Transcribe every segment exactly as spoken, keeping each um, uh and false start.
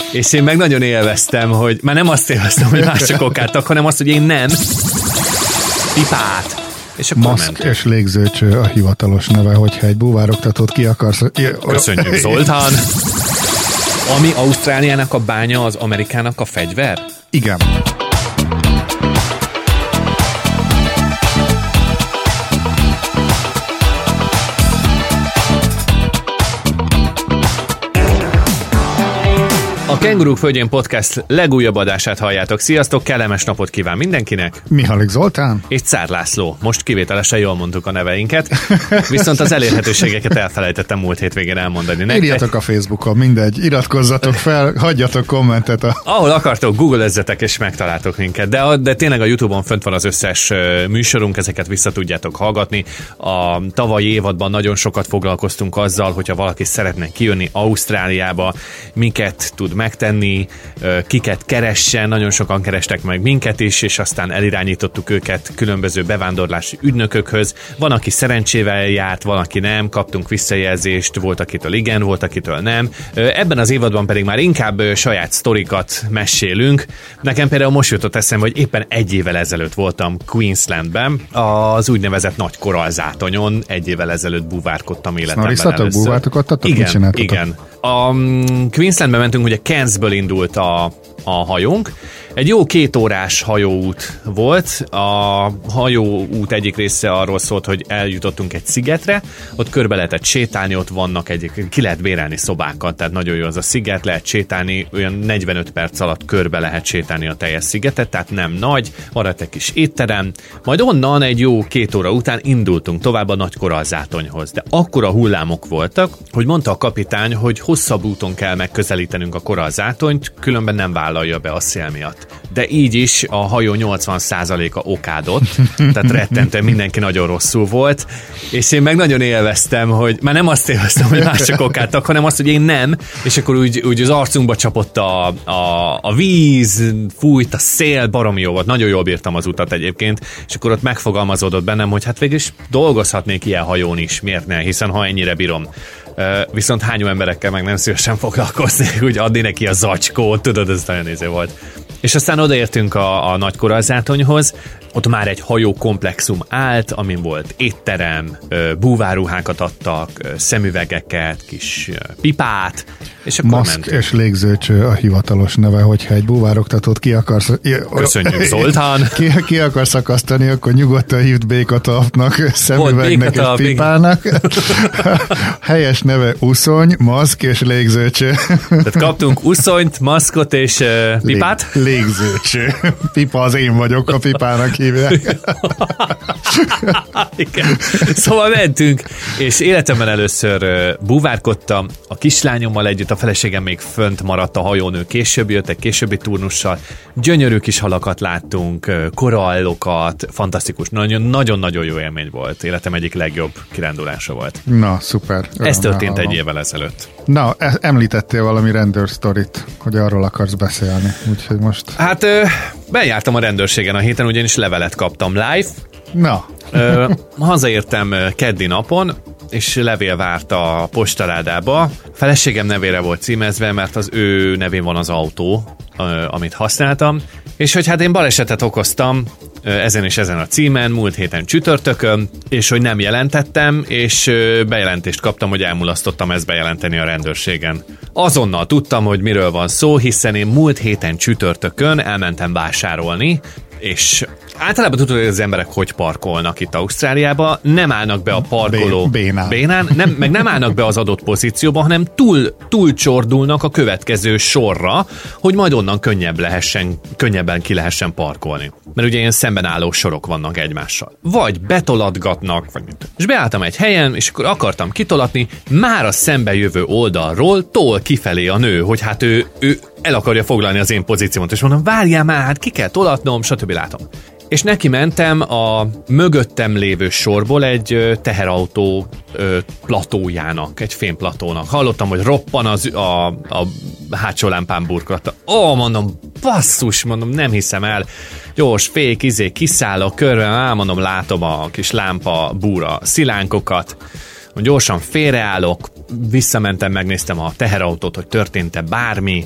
És én meg nagyon élveztem, hogy már nem azt élveztem, hogy mások okáltak, hanem azt, hogy én nem. Pipát. És akkor Maszk mentünk. és légzőcső a hivatalos neve, hogyha egy búvároktatót ki akarsz... Köszönjük, Zoltán. Ami Ausztráliának a bánya, az Amerikának a fegyver? Igen. A Kenguruk Földjén Podcast legújabb adását halljátok. Sziasztok, kellemes napot kíván mindenkinek. Mihálik Zoltán. És Czár László. Most kivételesen jól mondtuk a neveinket. Viszont az elérhetőségeket elfelejtettem múlt hétvégén elmondani nektek. Írjatok a Facebookon, mindegy. Iratkozzatok fel, hagyjatok kommentet. A... Ahol akartok, googlezzetek és megtaláltok minket. De, de tényleg a YouTube-on fönt van az összes műsorunk, ezeket vissza tudjátok hallgatni. A tavalyi évadban nagyon sokat foglalkoztunk azzal, hogyha valaki szeretne kijönni Ausztráliába, miket tud megtenni, kiket keressen, nagyon sokan kerestek meg minket is, és aztán elirányítottuk őket különböző bevándorlási ügynökökhöz. Van, aki szerencsével járt, van, aki nem, kaptunk visszajelzést, volt, akitől igen, volt, akitől nem. Ebben az évadban pedig már inkább saját sztorikat mesélünk. Nekem például most jutott eszembe, hogy éppen egy évvel ezelőtt voltam Queenslandben, az úgynevezett nagy korallzátonyon, egy évvel ezelőtt búvárkodtam életemben először. Búvárkodtatok? Igen, igen. A Queenslandben mentünk, ugye Cairnsből indult a, a hajónk. Egy jó két órás hajóút volt. A hajóút egyik része arról szólt, hogy eljutottunk egy szigetre, ott körbe lehetett sétálni, ott vannak egy, ki lehet bérelni szobákat, tehát nagyon jó az a sziget, lehet sétálni, olyan negyvenöt perc alatt körbe lehet sétálni a teljes szigetet, tehát nem nagy, maradt egy kis étterem, majd onnan egy jó két óra után indultunk tovább a nagy korallzátonyhoz, de akkora hullámok voltak, hogy mondta a kapitány, hogy hosszabb úton kell megközelítenünk a korallzátonyt, különben nem vállalja be a szél miatt. De így is a hajó nyolcvan százaléka okádott, tehát rettentően mindenki nagyon rosszul volt, és én meg nagyon élveztem, hogy már nem azt élveztem, hogy mások okáltak, hanem azt, hogy én nem, és akkor úgy, úgy az arcunkba csapott a, a, a víz, fújt a szél, baromi jó volt, nagyon jól bírtam az utat egyébként, és akkor ott megfogalmazódott bennem, hogy hát végül is dolgozhatnék ilyen hajón is, miért ne, hiszen ha ennyire bírom. Uh, viszont hányó emberekkel meg nem szívesen foglalkozni, úgy adni neki a zacskót, tudod, ez nagyon néző volt. És aztán odaértünk a, a nagy korallzátonyhoz, ott már egy hajókomplexum állt, amin volt étterem, búváruhákat adtak, szemüvegeket, kis pipát, és akkor Maszk mentünk. és légzőcső a hivatalos neve, hogyha egy búvároktatót ki akarsz... Köszönjük, Zoltán! Ki, ki akarsz akasztani, akkor nyugodtan hívd Békatalpnak, szemüvegnek és pipának. Helyes neve uszony, maszk és légzőcső. Tehát kaptunk uszonyt, maszkot és uh, pipát. Lég, légzőcső. Pipa az én vagyok, a pipának hívják. Igen. Szóval mentünk, és életemben először búvárkodtam, a kislányommal együtt, a feleségem még fönt maradt a hajón, ő később jött, egy későbbi turnussal, gyönyörű kis halakat láttunk, korallokat, fantasztikus, nagyon-nagyon jó élmény volt, életem egyik legjobb kirándulása volt. Na, szuper. Ez történt egy évvel ezelőtt. Na, említettél valami rendőrsztorit, hogy arról akarsz beszélni, úgyhogy most... Hát bejártam a rendőrségen a héten, ugyanis levelet kaptam live. Na. Ö, hazaértem keddi napon, és levél várt a postaládába. Feleségem nevére volt címezve, mert az ő nevén van az autó, amit használtam. És hogy hát én balesetet okoztam ezen és ezen a címen, múlt héten csütörtökön, és hogy nem jelentettem, és bejelentést kaptam, hogy elmulasztottam ezt bejelenteni a rendőrségen. Azonnal tudtam, hogy miről van szó, hiszen én múlt héten csütörtökön elmentem vásárolni, és általában tudod, hogy az emberek hogy parkolnak itt Ausztráliában, nem állnak be a parkoló bénán, bénán nem, meg nem állnak be az adott pozícióba, hanem túl, túl csordulnak a következő sorra, hogy majd onnan könnyebb lehessen, könnyebben ki lehessen parkolni. Mert ugye ilyen szemben álló sorok vannak egymással. Vagy betolatgatnak, vagy mit. És beálltam egy helyen, és akkor akartam kitolatni, már a szembe jövő oldalról tol kifelé a nő, hogy hát ő, ő el akarja foglalni az én pozíciómat, és mondom, várjál már, hát ki kell tolatnom, stb. Látom. És neki mentem a mögöttem lévő sorból egy teherautó platójának, egy fémplatónak. Hallottam, hogy roppan az, a, a hátsó lámpám burkolata. Ó, mondom, basszus, mondom, nem hiszem el. Gyors, fék, izé, kiszállok körbe, á, mondom, látom a kis lámpa búra szilánkokat. Gyorsan félreállok, visszamentem, megnéztem a teherautót, hogy történt-e bármi,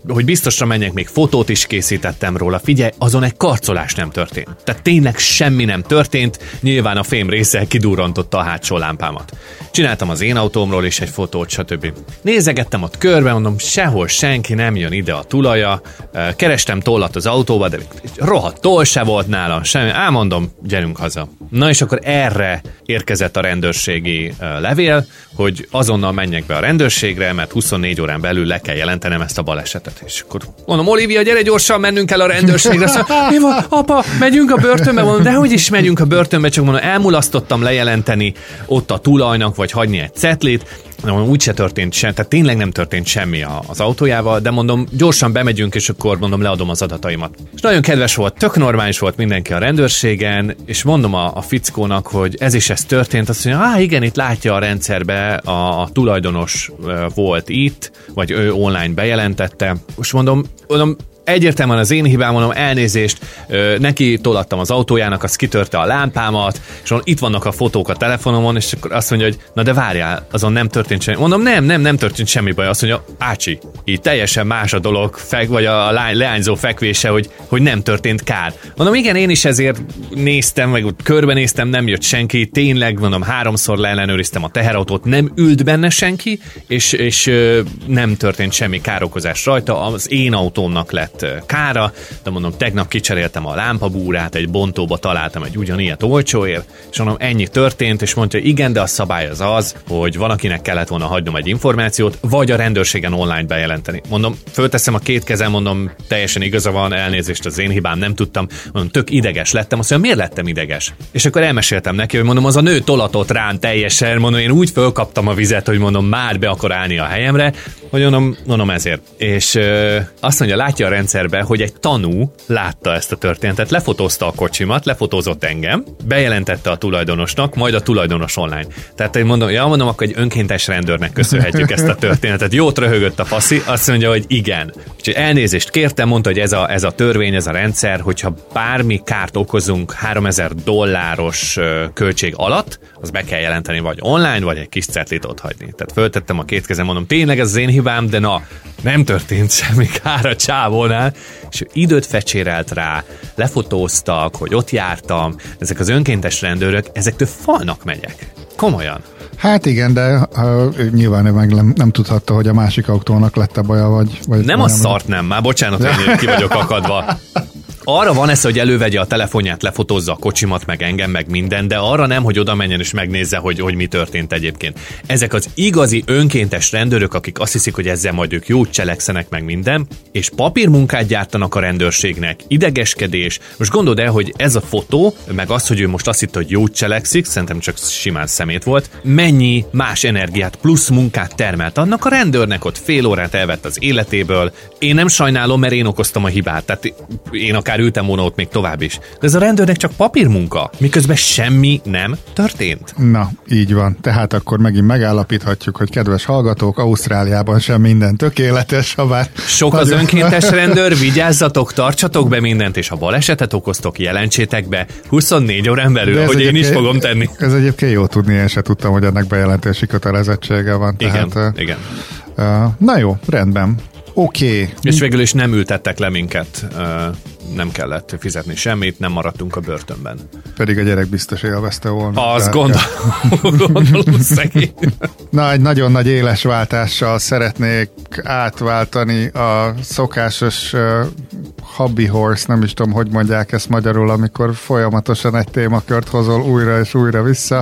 hogy biztosra menjek, még fotót is készítettem róla. Figyelj, azon egy karcolás nem történt. Tehát tényleg semmi nem történt, nyilván a fém része kidurrantotta a hátsó lámpámat. Csináltam az én autómról is egy fotót, stb. Nézegettem ott körbe, mondom, sehol senki nem jön ide a tulaja, kerestem tollat az autóba, de rohadt toll se volt nálam, semmi. Á, mondom, gyerünk haza. Na és akkor erre érkezett a rendőrségi levél, hogy azonnal menjek be a rendőrségre, mert huszonnégy órán belül le kell jelentenem ezt a balesetet. És akkor mondom, Olivia, gyere gyorsan, mennünk el a rendőrségre. Azt mondja, mi van, apa, megyünk a börtönbe? Mondom, de hogy is megyünk a börtönbe, csak mondom, elmulasztottam lejelenteni ott a tulajnak, vagy hagyni egy cetlit. Mondom, úgyse történt sem, tehát tényleg nem történt semmi az autójával, de mondom, gyorsan bemegyünk, és akkor mondom, leadom az adataimat. És nagyon kedves volt, tök normális volt mindenki a rendőrségen, és mondom a, a fickónak, hogy ez is ez történt, azt mondja, á, igen, itt látja a rendszerbe, a, a tulajdonos volt itt, vagy ő online bejelentette. Most mondom, mondom, egyértelműen az én hibám, mondom, elnézést, neki tolattam az autójának, az kitörte a lámpámat, és mondom, itt vannak a fotók a telefonomon, és akkor azt mondja, hogy na de várjál, azon nem történt semmi. Mondom, nem, nem, nem történt semmi baj. Azt mondja, ácsi, így teljesen más a dolog, fek, vagy a leányzó fekvése, hogy, hogy nem történt kár. Mondom, igen, én is ezért néztem, meg körbenéztem, nem jött senki, tényleg, mondom, háromszor leellenőriztem a teherautót, nem ült benne senki, és, és nem történt semmi károkozás rajta, az én autómnak lett kára, de mondom, tegnap kicseréltem a lámpabúrát, egy bontóba találtam egy ugyanilyet olcsóért, és mondom, ennyi történt, és mondta, hogy igen, de a szabály az az, hogy valakinek kellett volna hagynom egy információt, vagy a rendőrségen online bejelenteni. Mondom, fölteszem a két kezem, mondom, teljesen igaza van, elnézést, az én hibám, nem tudtam, mondom, tök ideges lettem, azt mondja, miért lettem ideges? És akkor elmeséltem neki, hogy mondom, az a nő tolatott rám teljesen, mondom, én úgy fölkaptam a vizet, hogy mondom, már be akar állni a helyemre, hogy mondom, mondom ezért. És ö, azt mondja, látja a rendszerbe, hogy egy tanú látta ezt a történetet, lefotózta a kocsimat, lefotózott engem, bejelentette a tulajdonosnak, majd a tulajdonos online. Tehát én mondom, ja, mondom, akkor egy önkéntes rendőrnek köszönhetjük ezt a történetet. Jót röhögött a faszi, azt mondja, hogy igen. Úgyhogy elnézést kértem, mondta, hogy ez a, ez a törvény, ez a rendszer, hogyha bármi kárt okozunk háromezer dolláros költség alatt, az be kell jelenteni vagy online, vagy egy kis cetlit ott hagyni. Tehát föltettem a két kezem, mondom, tényleg ez az én hibám, de na, nem történt semmi kár a csávónál, és időt fecsérelt rá, lefotóztak, hogy ott jártam, ezek az önkéntes rendőrök, ezektől falnak megyek. Komolyan. Hát igen, de uh, nyilván ő meg nem, nem tudhatta, hogy a másik autónak lett a baja, vagy... vagy nem a szart nem, már bocsánat, hogy ki vagyok akadva. Arra van ez, hogy elővegye a telefonját, lefotózza a kocsimat, meg engem, meg minden, de arra nem, hogy oda menjen és megnézze, hogy, hogy mi történt egyébként. Ezek az igazi önkéntes rendőrök, akik azt hiszik, hogy ezzel majd ők jót cselekszenek, meg minden, és papírmunkát gyártanak a rendőrségnek, idegeskedés. Most gondold el, hogy ez a fotó, meg az, hogy ő most azt hitte, hogy jót cselekszik, szerintem csak simán szemét volt, mennyi más energiát plusz munkát termelt annak a rendőrnek, ott fél órát elvett az életéből. Én nem sajnálom, mert én okoztam a hibát. Tehát én akár ültem volna ott még tovább is. De ez a rendőrnek csak papírmunka, miközben semmi nem történt. Na, így van. Tehát akkor megint megállapíthatjuk, hogy kedves hallgatók, Ausztráliában sem minden tökéletes, ha bár... Sok az önkéntes rendőr, vigyázzatok, tartsatok be mindent, és ha balesetet okoztok, jelentsétek be huszonnégy órán belül, hogy én is fogom tenni. Ez egyébként jó tudni, én sem tudtam, hogy ennek bejelentési kötelezettsége van. Igen, tehát, igen. Uh, na jó, rendben. Oké. Okay. És végül is nem ültettek le minket, nem kellett fizetni semmit, nem maradtunk a börtönben. Pedig a gyerek biztos élvezte volna. Azt gondolom, gondolom szegény. Na, egy nagyon nagy éles váltással szeretnék átváltani a szokásos uh, hobby horse, nem is tudom, hogy mondják ezt magyarul, amikor folyamatosan egy témakört hozol újra és újra vissza.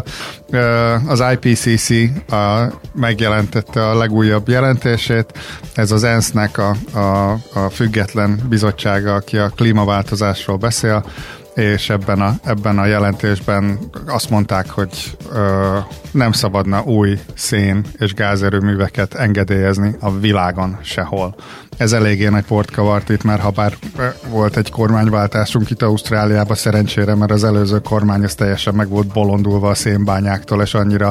Uh, az I P C C a, megjelentette a legújabb jelentését. Ez az ENSZ-nek a, a, a független bizottsága, aki a klímaváltozásról beszél, és ebben a, ebben a jelentésben azt mondták, hogy ö, nem szabadna új szén és gázerőműveket engedélyezni a világon sehol. Ez eléggé nagy port kavart itt, mert ha bár volt egy kormányváltásunk itt Ausztráliában, szerencsére, mert az előző kormány az teljesen meg volt bolondulva a szénbányáktól, és annyira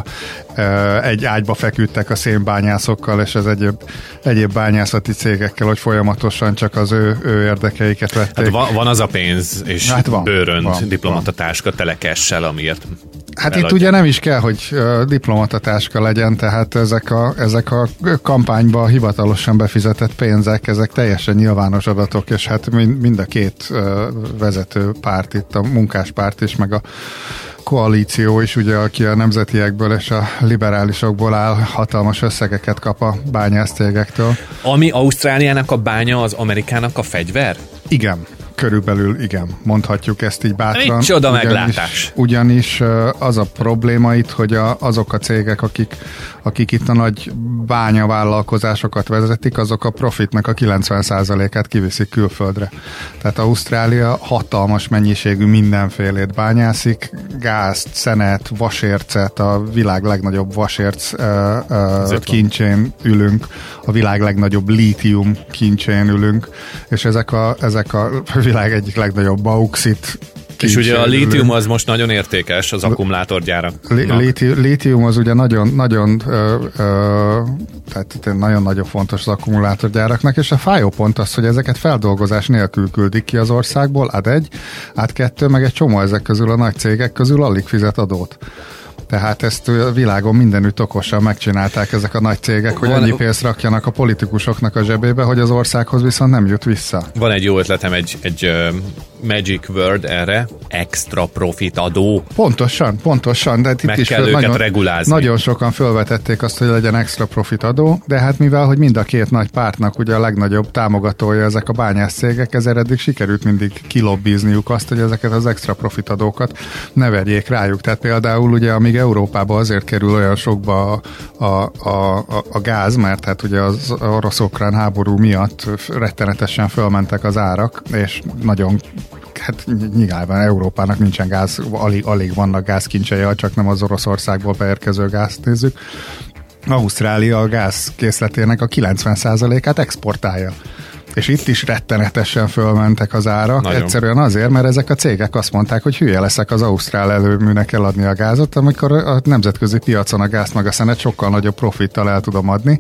ö, egy ágyba feküdtek a szénbányászokkal, és az egyéb, egyéb bányászati cégekkel, hogy folyamatosan csak az ő, ő érdekeiket vették. Hát van, van az a pénz, és hát van, bőrönt, diplomatatáska tele cash-sel, amiért Hát itt ugye nem is kell, hogy uh, diplomatatáska legyen, tehát ezek a, ezek a kampányba hivatalosan befizetett pénzek, ezek teljesen nyilvános adatok, és hát mind, mind a két uh, vezető párt, itt a munkáspárt is, meg a koalíció is, ugye, aki a nemzetiekből és a liberálisokból áll, hatalmas összegeket kap a bányászcégektől. Ami Ausztráliának a bánya, az Amerikának a fegyver? Igen. Körülbelül igen, mondhatjuk ezt így bátran. Micsoda ugyanis, meglátás! Ugyanis az a probléma itt, hogy a, azok a cégek, akik, akik itt a nagy bányavállalkozásokat vezetik, azok a profitnak a kilencven százalékát kiviszik külföldre. Tehát Ausztrália hatalmas mennyiségű mindenfélét bányászik, gázt, szenet, vasércet, a világ legnagyobb vasérc uh, uh, kincsén ülünk, a világ legnagyobb lítium kincsén ülünk, és ezek a, ezek a világ egyik legnagyobb bauxit. És ugye a lítium az most nagyon értékes az akkumulátorgyárak. Lítium az ugye nagyon, nagyon, ö, ö, tehát nagyon nagyon fontos az akkumulátorgyáraknak, és a fájó pont az, hogy ezeket feldolgozás nélkül küldik ki az országból, ad egy, ad kettő, meg egy csomó ezek közül a nagy cégek közül alig fizet adót. Tehát ezt a világon mindenütt okosan megcsinálták ezek a nagy cégek, hogy annyi pénzt rakjanak a politikusoknak a zsebébe, hogy az országhoz viszont nem jut vissza. Van egy jó ötletem, egy, egy uh, magic word erre, extra profit adó. Pontosan, pontosan. De Meg itt kell is őket nagyon, regulázni. Nagyon sokan felvetették azt, hogy legyen extra profit adó, de hát mivel, hogy mind a két nagy pártnak ugye a legnagyobb támogatója ezek a bányász cégek, ezért eddig sikerült mindig kilobbizniuk azt, hogy ezeket az extra profit adókat ne vegyék rájuk. Tehát például ugye, amíg Európába azért kerül olyan sokba a, a, a, a gáz, mert hát ugye az orosz-ukrán háború miatt rettenetesen fölmentek az árak, és nagyon, hát nyilván Európának nincsen gáz, alig, alig vannak gázkincsei, csak nem az Oroszországból beérkező gázt nézzük. Ausztrália a gázkészletének a kilencven százalékát exportálja. És itt is rettenetesen fölmentek az árak. Nagyon. Egyszerűen azért, mert ezek a cégek azt mondták, hogy hülye leszek az ausztrál előműnek eladni a gázot, amikor a nemzetközi piacon a gázt meg a szenet sokkal nagyobb profittal el tudom adni,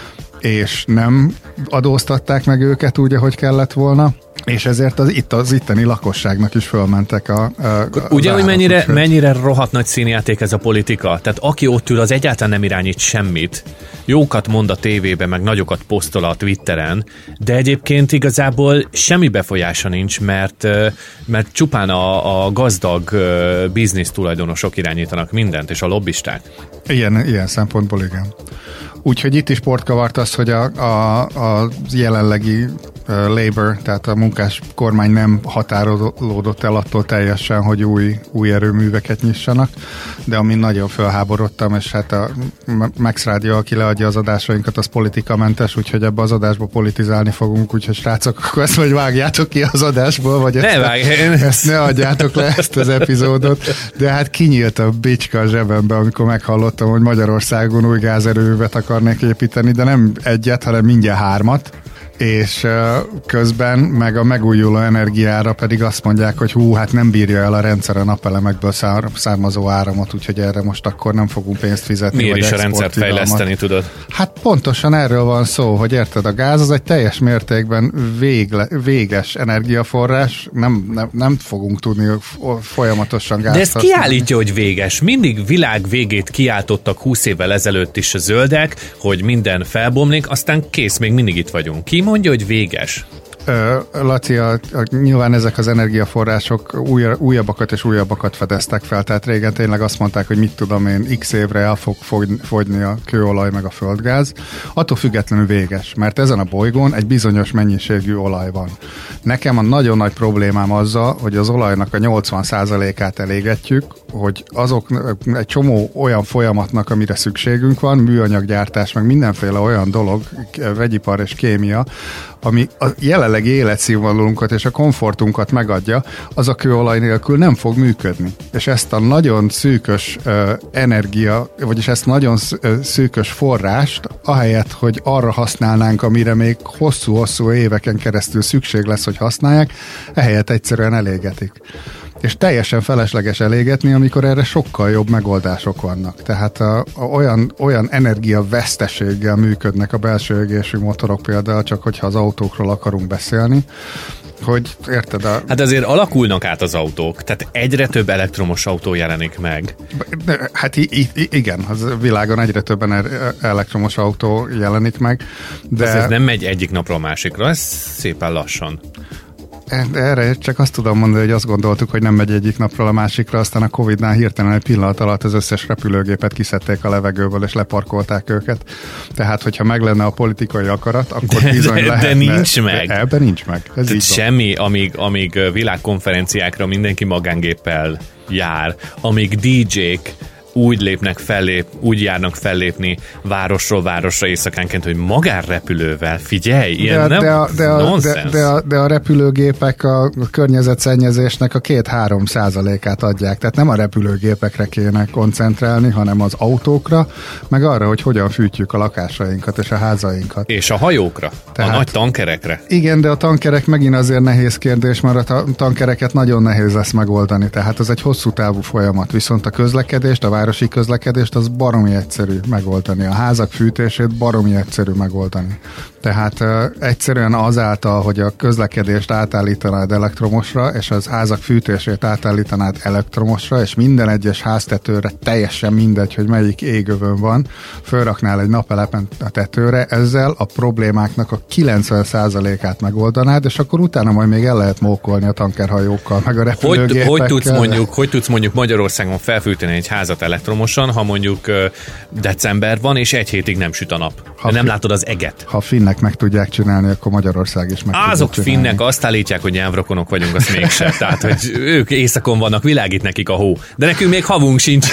és nem adóztatták meg őket úgy, ahogy kellett volna, és ezért az, itt az itteni lakosságnak is fölmentek a, a ugye, hogy mennyire, úgyhogy... mennyire rohadt nagy színjáték ez a politika. Tehát aki ott ül, az egyáltalán nem irányít semmit. Jókat mond a tévében, meg nagyokat posztol a Twitteren, de egyébként igazából semmi befolyása nincs, mert, mert csupán a, a gazdag biznisz tulajdonosok irányítanak mindent, és a lobbisták. Ilyen, ilyen szempontból igen. Úgyhogy itt is port kavart az, hogy a, a, a jelenlegi uh, Labour, tehát a munkás kormány nem határolódott el attól teljesen, hogy új, új erőműveket nyissanak, de amin nagyon felháborodtam, és hát a Max Rádió, aki leadja az adásainkat, az politikamentes, úgyhogy ebbe az adásba politizálni fogunk, úgyhogy srácok, akkor ezt vagy vágjátok ki az adásból, vagy ezt, ne, vágj, ezt ne adjátok le, ezt az epizódot, de hát kinyílt a bicska a zsebembe, amikor meghallottam, hogy Magyarországon új gázerőművet akarnék építeni, de nem egyet, hanem mindjárt hármat, és közben meg a megújuló energiára pedig azt mondják, hogy hú, hát nem bírja el a rendszer a napelemekből származó áramot, úgyhogy erre most akkor nem fogunk pénzt fizetni. Miért is a rendszert fejleszteni, tudod? Hát pontosan erről van szó, hogy érted, a gáz az egy teljes mértékben végle, véges energiaforrás, nem, nem, nem fogunk tudni folyamatosan gázt De ezt használni. kiállítja, hogy véges. Mindig világ végét kiáltottak húsz évvel ezelőtt is a zöldek, hogy minden felbomlik, aztán kész, még mindig itt vagyunk. Ki mondja, hogy véges? Ö, Laci, a, a, nyilván ezek az energiaforrások új, újabbakat és újabbakat fedeztek fel, tehát régen tényleg azt mondták, hogy mit tudom én, x évre el fog fogyni a kőolaj meg a földgáz, attól függetlenül véges, mert ezen a bolygón egy bizonyos mennyiségű olaj van. Nekem a nagyon nagy problémám azzal, hogy az olajnak a nyolcvan százalékát elégetjük, hogy azok egy csomó olyan folyamatnak, amire szükségünk van, műanyaggyártás, meg mindenféle olyan dolog, vegyipar és kémia, ami a jelenlegi életszínvonalunkat és a komfortunkat megadja, az a kőolaj nélkül nem fog működni. És ezt a nagyon szűkös uh, energia, vagyis ezt nagyon szűkös forrást, ahelyett, hogy arra használnánk, amire még hosszú-hosszú éveken keresztül szükség lesz, hogy használják, ehelyett egyszerűen elégetik. És teljesen felesleges elégetni, amikor erre sokkal jobb megoldások vannak. Tehát a, a, olyan, olyan energiaveszteséggel működnek a belső égésű motorok például, csak hogyha az autókról akarunk beszélni, hogy érted a... Hát azért alakulnak át az autók, tehát egyre több elektromos autó jelenik meg. Hát i- i- igen, az világon egyre több elektromos autó jelenik meg, de... Ez nem megy egyik napról a másikra, ez szépen lassan. Erre csak azt tudom mondani, hogy azt gondoltuk, hogy nem megy egyik napról a másikra, aztán a Covidnál hirtelen egy pillanat alatt az összes repülőgépet kiszedték a levegőből, és leparkolták őket. Tehát, hogyha meg lenne a politikai akarat, akkor de, bizony de, lehetne... De nincs meg. Ebben nincs meg. Ez Tehát semmi, amíg, amíg világkonferenciákra mindenki magángéppel jár, amíg dé jék úgy lépnek fellép, úgy járnak fellépni városról városra éjszakánként, hogy magánrepülővel, figyelj, ilyen de, nem de, a, de, a, de, de, a, de a repülőgépek a környezetszennyezésnek a két-három százalékát adják, tehát nem a repülőgépekre kéne koncentrálni, hanem az autókra, meg arra, hogy hogyan fűtjük a lakásainkat és a házainkat. És a hajókra, tehát, a nagy tankerekre. Igen, de a tankerek megint azért nehéz kérdés, mert a tankereket nagyon nehéz lesz megoldani, tehát ez egy hosszú távú folyamat, viszont a közlekedést, a városi közlekedést az baromi egyszerű megoldani. A házak fűtését baromi egyszerű megoldani. Tehát uh, egyszerűen azáltal, hogy a közlekedést átállítanád elektromosra, és az házak fűtését átállítanád elektromosra, és minden egyes háztetőre teljesen mindegy, hogy melyik égövön van, fölraknál egy napelepen a tetőre, ezzel a problémáknak a kilencven százalékát megoldanád, és akkor utána majd még el lehet mókolni a tankerhajókkal, meg a repülőgépekkel. Hogy, hogy, tudsz mondjuk, hogy tudsz mondjuk Magyarországon felfűteni egy házat elektromosan, ha mondjuk uh, december van, és egy hétig nem süt a nap. Ha nem fi- látod az eget. Ha finnek meg tudják csinálni, akkor Magyarország is meg Azok tudja csinálni. finnek azt állítják, hogy nyelvrokonok vagyunk, azt mégsem. Tehát, hogy ők éjszakon vannak, világít nekik a hó. De nekünk még havunk sincs.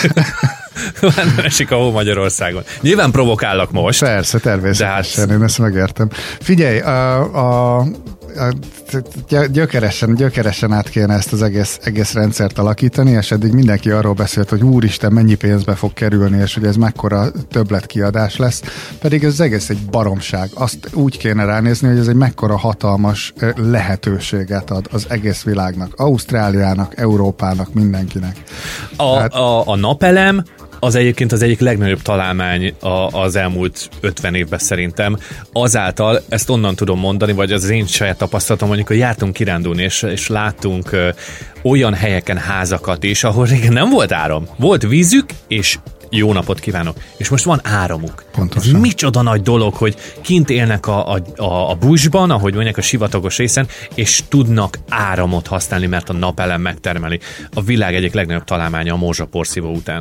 Nem esik a hó Magyarországon. Nyilván provokállak most. Persze, természetesen, hát... én ezt megértem. Figyelj, a, a, a, gyökeresen, gyökeresen át kéne ezt az egész, egész rendszert alakítani, és eddig mindenki arról beszélt, hogy úristen, mennyi pénzbe fog kerülni, és hogy ez mekkora többletkiadás lesz. Pedig ez az egész egy baromság. Azt úgy kéne ránézni, hogy ez egy mekkora hatalmas lehetőséget ad az egész világnak. Ausztráliának, Európának, mindenkinek. A, Tehát... a, a napelem az egyébként az egyik legnagyobb találmány az elmúlt ötven évben szerintem. Azáltal, ezt onnan tudom mondani, vagy az én saját tapasztalatom, mondjuk, hogy jártunk kirándulni, és, és láttunk ö, olyan helyeken házakat is, ahol régen nem volt áram. Volt vízük, és jó napot kívánok. És most van áramuk. Pontosan. Ez micsoda nagy dolog, hogy kint élnek a, a, a, a bushban, ahogy mondják, a sivatagos részen, és tudnak áramot használni, mert a napelem megtermeli. A világ egyik legnagyobb találmánya a morzsaporszívó után.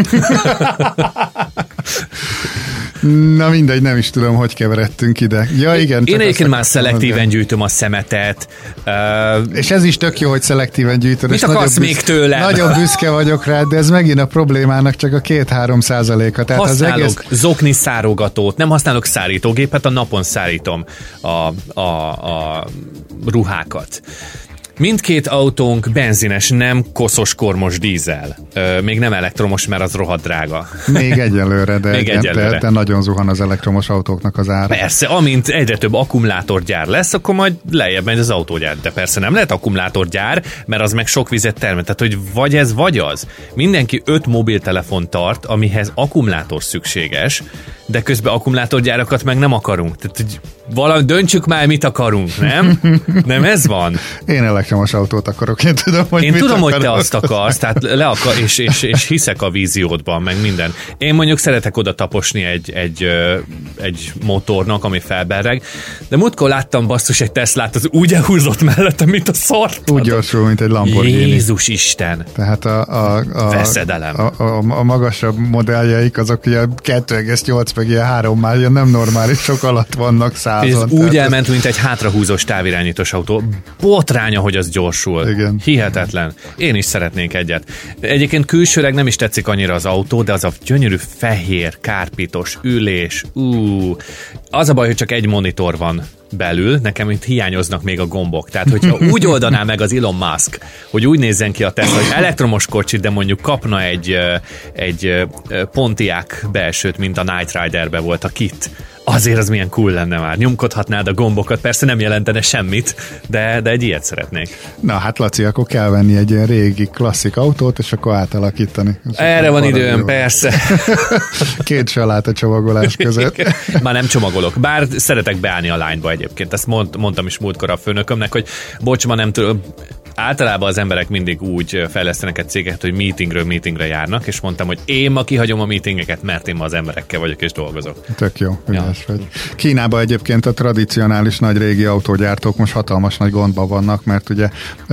Na mindegy, nem is tudom, hogy keveredtünk ide. Ja, igen. Én egyébként már szelektíven mondani. gyűjtöm a szemetet. Uh, és ez is tök jó, hogy szelektíven gyűjtöd. Mit akarsz még tőlem? Nagyon büszke vagyok rá, de ez megint a problémának csak a két-három százaléka. Tehát használok az egész... zokni szárogatót, nem használok szárítógépet, a napon szárítom a, a, a ruhákat. Mindkét autónk benzines, nem koszos kormos dízel. Ö, még nem elektromos, mert az rohadt drága. Még egyelőre, de, még egyelőre. De, de nagyon zuhan az elektromos autóknak az ára. Persze, amint egyre több akkumulátorgyár lesz, akkor majd lejjebb megy az autógyár. De persze nem lehet akkumulátorgyár, mert az meg sok vizet termel. Tehát, hogy vagy ez, vagy az. Mindenki öt mobiltelefon tart, amihez akkumulátor szükséges, de közben akkumulátorgyárakat meg nem akarunk. Tehát, hogy valami döntsük már, mit akarunk, nem? Nem ez van? Én elektromos autót akarok, én tudom, hogy Én mit tudom, akarok. hogy te azt akarsz, tehát le akar, és, és, és hiszek a víziódban, meg minden. Én mondjuk szeretek oda taposni egy, egy, egy motornak, ami felberreg, de múltkor láttam basszus egy Teslát, az úgy elhúzott mellettem, mint a szart. Úgy gyorsul, mint egy Lamborghini. Jézus Isten! Tehát a, a, a, veszedelem. A, a, a magasabb modelljeik, azok ilyen kettő egész nyolc meg ilyen három már ilyen nem normális sok alatt vannak százon. Ez úgy elment, ez... mint egy hátrahúzós távirányítós autó. Botránya, hogy az gyorsul. Igen. Hihetetlen. Én is szeretnék egyet. Egyébként külsőleg nem is tetszik annyira az autó, de az a gyönyörű fehér, kárpitos ülés. Ú, az a baj, hogy csak egy monitor van belül, nekem itt hiányoznak még a gombok. Tehát, hogyha úgy oldaná meg az Elon Musk, hogy úgy nézzen ki a Tesla, hogy elektromos kocsit, de mondjuk kapna egy, egy Pontiac belsőt, mint a Knight Riderbe volt a kit, azért az milyen cool lenne már. Nyomkodhatnád a gombokat, persze nem jelentene semmit, de, de egy ilyet szeretnék. Na hát Laci, akkor kell venni egy ilyen régi klasszik autót, és akkor átalakítani. És erre van időm, persze. Két saláta csomagolás között. Már nem csomagolok, bár szeretek beállni a lányba egyébként. Ezt mond, mondtam is múltkor a főnökömnek, hogy bocs, ma nem tudom. Általában az emberek mindig úgy fejlesztenek egy céget, hogy meetingről meetingre járnak, és mondtam, hogy én ma kihagyom a meetingeket, mert én ma az emberekkel vagyok és dolgozok. Tök jó, ügyes ja. vagy. Kínában egyébként a tradicionális nagy régi autógyártók most hatalmas nagy gondban vannak, mert ugye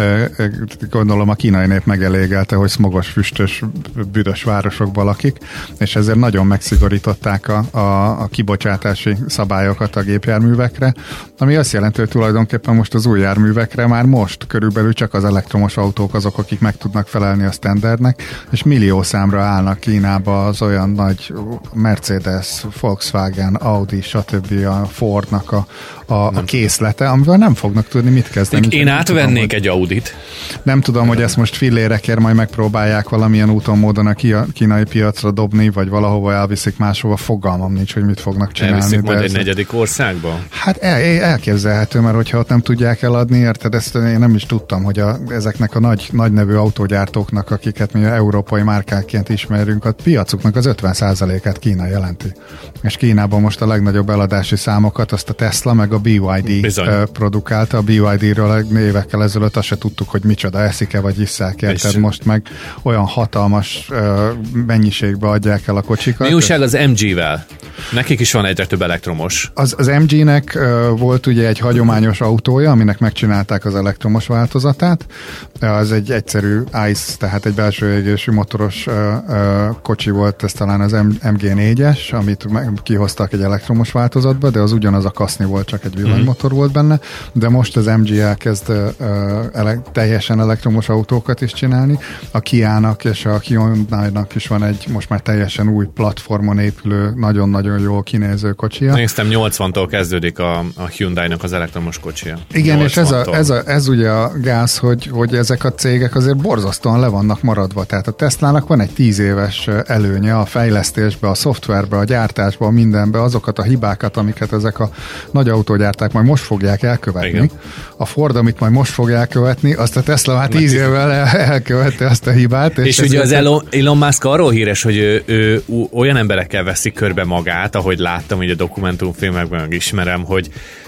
gondolom a kínai nép megelégelte, hogy szmogos, füstös, büdös városokban lakik, és ezért nagyon megszigorították a, a, a kibocsátási szabályokat a gépjárművekre, ami azt jelenti, hogy tulajdonképpen most az új járművekre már most körülbelül csak az elektromos autók azok, akik meg tudnak felelni a standardnek, és millió számra állnak Kínába az olyan nagy Mercedes, Volkswagen, Audi, stb. A Fordnak a, a, a készlete, amivel nem fognak tudni mit kezdeni. Én átvennék tudom, egy Audit. Nem tudom, hogy ezt most fillérekért majd megpróbálják valamilyen úton, módon a kínai piacra dobni, vagy valahova elviszik máshova, fogalmam nincs, hogy mit fognak csinálni. Elviszik majd egy ez negyedik országba? Hát el, elképzelhető, mert hogyha ott nem tudják eladni, érted, ezt én nem is tudtam, hogy a, ezeknek a nagy, nagy nevű autógyártóknak, akiket mi európai márkákként ismerünk, a piacuknak az ötven százalékát Kína jelenti. És Kínában most a legnagyobb eladási számokat azt a Tesla meg a bé ipszilon dé Bizony. produkálta. A bé ipszilon dé-ről évekkel ezelőtt azt se tudtuk, hogy micsoda, eszik-e vagy isszák, érted? Most meg olyan hatalmas uh, mennyiségbe adják el a kocsikat. Mi újság az em gé-vel? Nekik is van egyre több elektromos. Az, az em gé-nek uh, volt ugye egy hagyományos autója, aminek megcsinálták az elektromos változatát. Az egy egyszerű ICE, tehát egy belső égésű motoros uh, uh, kocsi volt, ez talán az em gé négyes, amit kihoztak egy elektromos változatba, de az ugyanaz a kaszni volt, csak egy villanymotor mm-hmm. volt benne, de most az em gé elkezd uh, ele- teljesen elektromos autókat is csinálni. A Kia-nak és a Hyundai-nak is van egy most már teljesen új platformon épülő, nagyon-nagyon jól kinéző kocsia. Néztem, nyolcvantól kezdődik a, a Hyundai-nak az elektromos kocsia. Igen, és ez, a, ez, a, ez ugye a gáz, hogy, hogy ezek a cégek azért borzasztóan le vannak maradva. Tehát a Teslának van egy tíz éves előnye a fejlesztésbe, a szoftverbe, a gyártásba, a mindenbe, azokat a hibákat, amiket ezek a nagy autógyárták majd most fogják elkövetni. Igen. A Ford, amit majd most fog elkövetni, azt a Tesla már tíz évvel el, elkövette azt a hibát. És, és ugye az Elon, Elon Musk arról híres, hogy ő, ő, ő olyan emberekkel veszi körbe magát, ahogy láttam így a dokumentumfilmekben, meg ismerem, hogy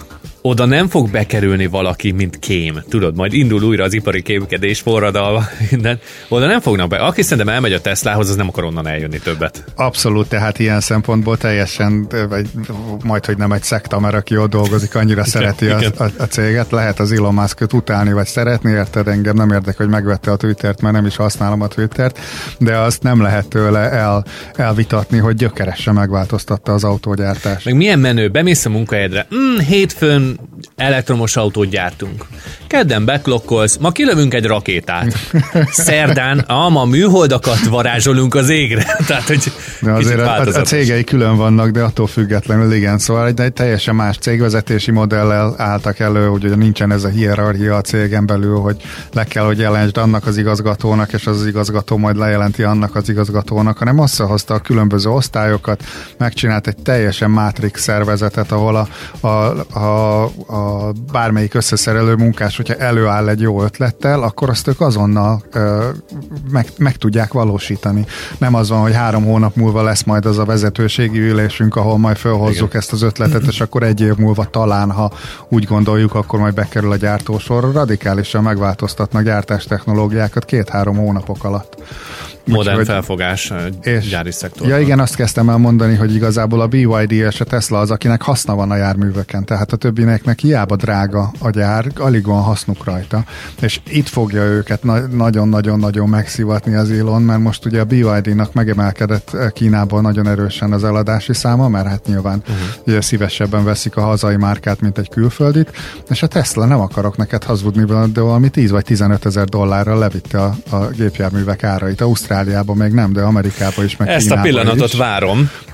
oda nem fog bekerülni valaki, mint kém. Tudod, majd indul újra az ipari kémkedés, forradalma, minden. Oda nem fognak be. Aki szerintem elmegy a Teslához, az nem akar onnan eljönni többet. Abszolút, tehát ilyen szempontból teljesen, vagy majd, hogy nem egy szekta, mert aki ott dolgozik, annyira igen, szereti igen. A, a, a céget. Lehet az Elon Muskot utálni, vagy szeretni, érted? Engem nem érdekel, hogy megvette a Twittert, mert nem is használom a Twittert, de azt nem lehet tőle el, elvitatni, hogy gyökeresen megváltoztatta az autógyártást. Meg milyen menő, bemész a munkahelyedre, mm, hétfőn elektromos autót gyártunk. Kedden beklokkolsz, ma kilövünk egy rakétát. Szerdán, ám a műholdakat varázsolunk az égre. Tehát, hogy de azért a, a cégei külön vannak, de attól függetlenül igen. Szóval egy, egy teljesen más cégvezetési modellel álltak elő, hogy ugye nincsen ez a hierarchia a cégen belül, hogy le kell, hogy jelentsd annak az igazgatónak, és az, az igazgató majd lejelenti annak az igazgatónak, hanem összehozta a különböző osztályokat, megcsinált egy teljesen mátrix szervezetet, ahol a, a, a a bármelyik összeszerelő munkás, hogyha előáll egy jó ötlettel, akkor azt ők azonnal ö, meg, meg tudják valósítani. Nem az van, hogy három hónap múlva lesz majd az a vezetőségi ülésünk, ahol majd felhozzuk igen. ezt az ötletet, és akkor egy év múlva talán, ha úgy gondoljuk, akkor majd bekerül a gyártósorra. Radikálisan megváltoztatnak gyártástechnológiákat két-három hónapok alatt. Modern úgy, felfogás és, gyári szektorban. Ja igen, azt kezdtem el mondani, hogy igazából a bé ipszilon dé és a Tesla az, akinek haszna van a járműveken, tehát a többieknek hiába drága a gyár, alig van hasznuk rajta, és itt fogja őket na- nagyon-nagyon-nagyon megszivatni az Elon, mert most ugye a bé ipszilon dé-nak megemelkedett Kínában nagyon erősen az eladási száma, mert hát nyilván uh-huh. ugye szívesebben veszik a hazai márkát, mint egy külföldit, és a Tesla, nem akarok neked hazudni, de valami tíz vagy tizenöt ezer dollárral levitte a, a gépjárművek árait. Ausztráliában még nem, de Amerikában is, meg ezt Kínában a pillanatot is. várom,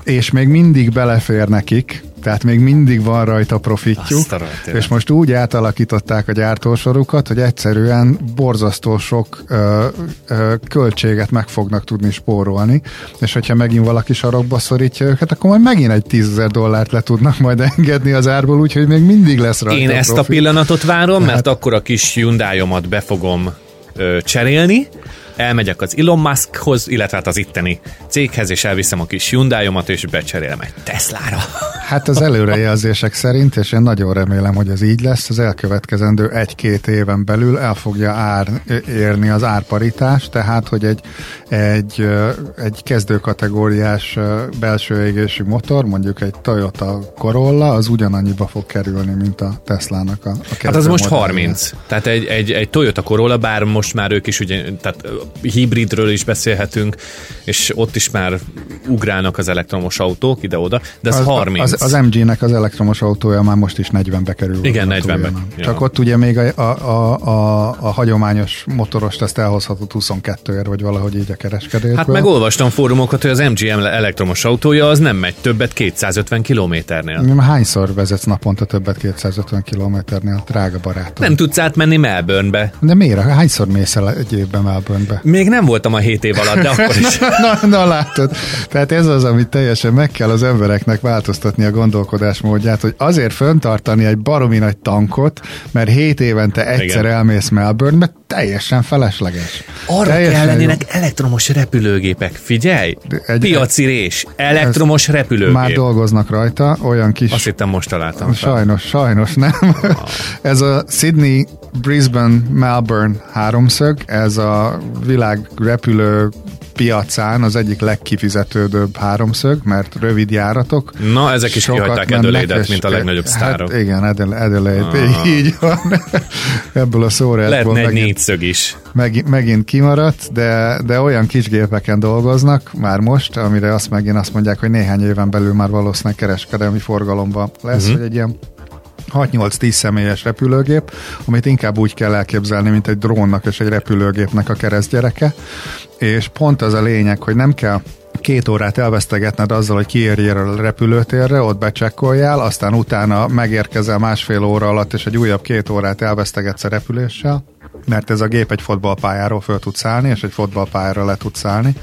és még mindig belefér nekik, tehát még mindig van rajta profitjuk, és most úgy átalakították a gyártósorukat, hogy egyszerűen borzasztó sok ö, ö, költséget meg fognak tudni spórolni, és hogyha megint valaki sarokba szorítja őket, akkor majd megint egy tízezer dollárt le tudnak majd engedni az árból, úgyhogy még mindig lesz rajta Én profit. ezt a pillanatot várom, tehát... mert akkor a kis Hyundai-omat be fogom ö, cserélni, elmegyek az Elon Muskhoz, illetve hát az itteni céghez, és elviszem a kis Hyundai-omat, és becserélem egy Teslára. Hát az előrejelzések szerint, és én nagyon remélem, hogy ez így lesz, az elkövetkezendő egy-két éven belül el fogja ár, érni az árparitás, tehát, hogy egy, egy, egy kezdőkategóriás belső égésű motor, mondjuk egy Toyota Corolla, az ugyanannyiba fog kerülni, mint a Teslának a, a kezdő Hát az most modellje. harminc. Tehát egy, egy, egy Toyota Corolla, bár most már ők is ugye, tehát hibridről is beszélhetünk, és ott is már ugrálnak az elektromos autók ide-oda, de ez az, harminc. Az, az em gé-nek az elektromos autója már most is negyvenbe kerül. Igen, negyvenbe. Csak ja. Ott ugye még a, a, a, a, a hagyományos motorost ezt elhozhatott huszonkettőért, vagy valahogy így a kereskedésből. Hát megolvastam fórumokat, hogy az em gé elektromos autója az nem megy többet kétszázötven kilométernél. Hányszor vezetsz naponta többet kétszázötven kilométernél, drága barátom? Nem tudsz átmenni Melbournebe. De miért? Hányszor mész el egy évben Melbournebe? Még nem voltam a hét év alatt, de akkor is. na, na látod. Tehát ez az, amit teljesen meg kell az embereknek változtatni a gondolkodásmódját, hogy azért föntartani egy baromi nagy tankot, mert hét évente egyszer igen. elmész Melbournebe, teljesen felesleges. Arra teljesen kell lennének jó. Elektromos repülőgépek. Figyelj! Egy, Piaci rés. Elektromos repülőgép. Már dolgoznak rajta, olyan kis... Azt hittem most találtam. Sajnos, sajnos nem. Ah. Ez a Sydney, Brisbane, Melbourne háromszög, ez a világ repülő piacán az egyik legkifizetődőbb háromszög, mert rövid járatok. Na, ezek is kihagyták Adelaide-et, mint a legnagyobb sztárok. Hát igen, Adelaide, ah. így van. Ebből a szórásból lehetne egy négyszög is. Megint, megint kimaradt, de, de olyan kis gépeken dolgoznak már most, amire azt megint azt mondják, hogy néhány éven belül már valószínűleg kereskedelmi forgalomban lesz, uh-huh. hogy egy ilyen hat-nyolc-tíz személyes repülőgép, amit inkább úgy kell elképzelni, mint egy drónnak és egy repülőgépnek a keresztgyereke, és pont az a lényeg, hogy nem kell két órát elvesztegetned azzal, hogy kiérjél a repülőtérre, ott becsekkoljál, aztán utána megérkezel másfél óra alatt, és egy újabb két órát elvesztegetsz a repüléssel, mert ez a gép egy fotballpályáról föl tud szállni, és egy fotballpályára le tud szállni.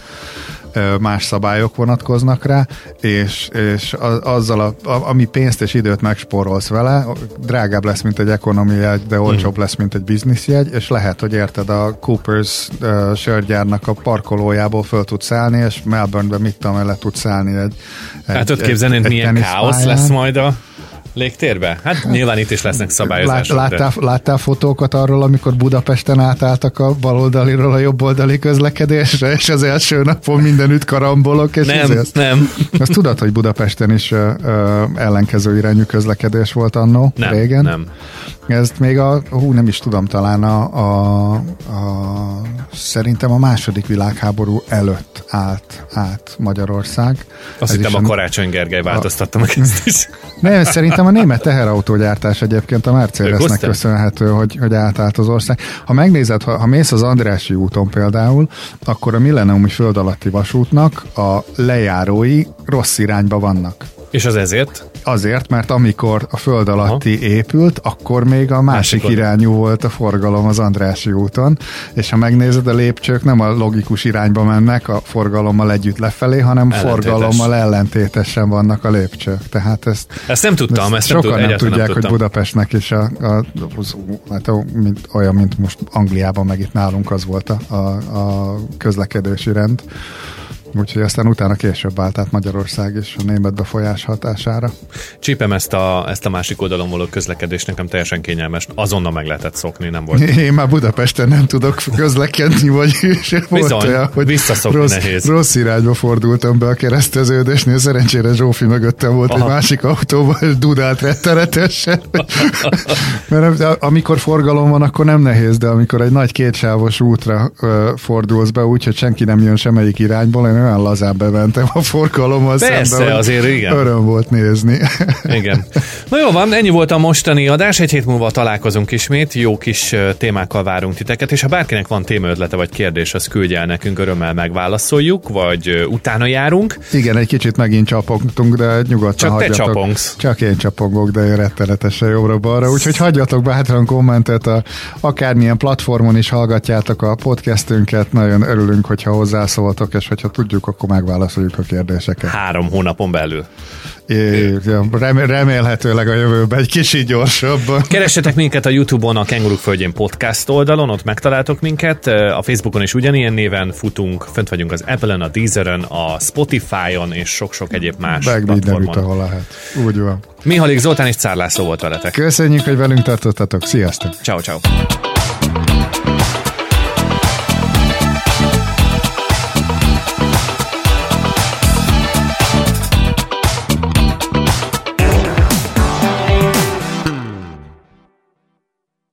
Más szabályok vonatkoznak rá, és, és azzal, a, a, ami pénzt és időt megspórolsz vele, drágább lesz, mint egy economy jegy, de olcsóbb mm. lesz, mint egy business jegy, és lehet, hogy érted, a Coopers uh, sörgyárnak a parkolójából föl tudsz szállni, és Melbournebe mit tudom, le tudsz szállni egy, egy hát ott képzelni, milyen káosz lesz majd a légtérbe? Hát nyilván itt is lesznek szabályozások. Lát, láttál, de... láttál fotókat arról, amikor Budapesten átálltak a baloldaliról a jobboldali közlekedésre, és az első napon mindenütt karambolok, és nem, ezért... nem. Azt tudod, hogy Budapesten is ö, ö, ellenkező irányú közlekedés volt annó, nem, régen? Nem, Ezt még a, hú, nem is tudom, talán a, a, a szerintem a második világháború előtt állt át Magyarország. Azt hittem a Karácsony Gergely változtatta meg ezt is. Nem, szerintem a német teherautógyártás egyébként a Mercedesnek köszönhető, hogy, hogy átállt az ország. Ha megnézed, ha, ha mész az Andrássy úton például, akkor a millenniumi föld alatti vasútnak a lejárói rossz irányba vannak. És az ezért? Azért, mert amikor a föld alatti Aha. épült, akkor még a másik Másik irányú volt a forgalom az Andrássy úton, és ha megnézed, a lépcsők nem a logikus irányba mennek a forgalommal együtt lefelé, hanem ellentétes. forgalommal ellentétesen vannak a lépcsők. Tehát ezt, ezt nem tudtam, ezt, ezt sokan nem, nem tudják, nem hogy tudtam. Budapestnek is a, a, az, hát mint, olyan, mint most Angliában, meg itt nálunk az volt a, a, a közlekedési rend. Úgyhogy aztán utána később állt át Magyarország is a német befolyás hatására. Csípem ezt a, ezt a másik oldalon való közlekedés, nekem teljesen kényelmes. Azonnal meg lehetett szokni, nem volt. Én már Budapesten nem tudok közlekedni, vagy Bizony, olyan, hogy visszaszokni rossz, nehéz. Rossz irányba fordultam be a kereszteződésnél, szerencsére Zsófi mögöttem volt Aha. egy másik autóval, és dudált rettenetesen. Mert amikor forgalom van, akkor nem nehéz, de amikor egy nagy kétsávos útra uh, fordulsz be úgy, hogy senki nem jön semmelyik irányból, én olyan lazán bementem a forgalommal Persze, szemben, azért igen. Öröm volt nézni. Igen. Na jó van, ennyi volt a mostani adás, egy hét múlva találkozunk ismét, jó kis témákkal várunk titeket, és ha bárkinek van témaötlete vagy kérdés, az küldje el nekünk, örömmel megválaszoljuk, vagy utána járunk. Igen, egy kicsit megint csapogtunk, de nyugodtan Csak hagyjatok. te csapongsz. Csak én csapongok, de én rettenetesen jobbra-balra, úgyhogy hagyjatok bátran kommentet, a, akármilyen platformon is hallgatjátok a podcastünket, nagyon örülünk, hogyha hozzászóltok, és hogyha tudjuk, akkor megválaszoljuk a kérdéseket. Három hónapon belül. É, remélhetőleg a jövőben egy kicsit gyorsabban. Keressetek minket a YouTube-on, a Kenguruk Földjén podcast oldalon, ott megtaláltok minket. A Facebookon is ugyanilyen néven futunk, fönt vagyunk az Apple-en, a Deezeren, a Spotify-on és sok-sok egyéb más Meg platformon. mindenütt, ahol lehet. Úgy van. Mihalik Zoltán és Czár László volt veletek. Köszönjük, hogy velünk tartottatok. Sziasztok! Ciao, ciao.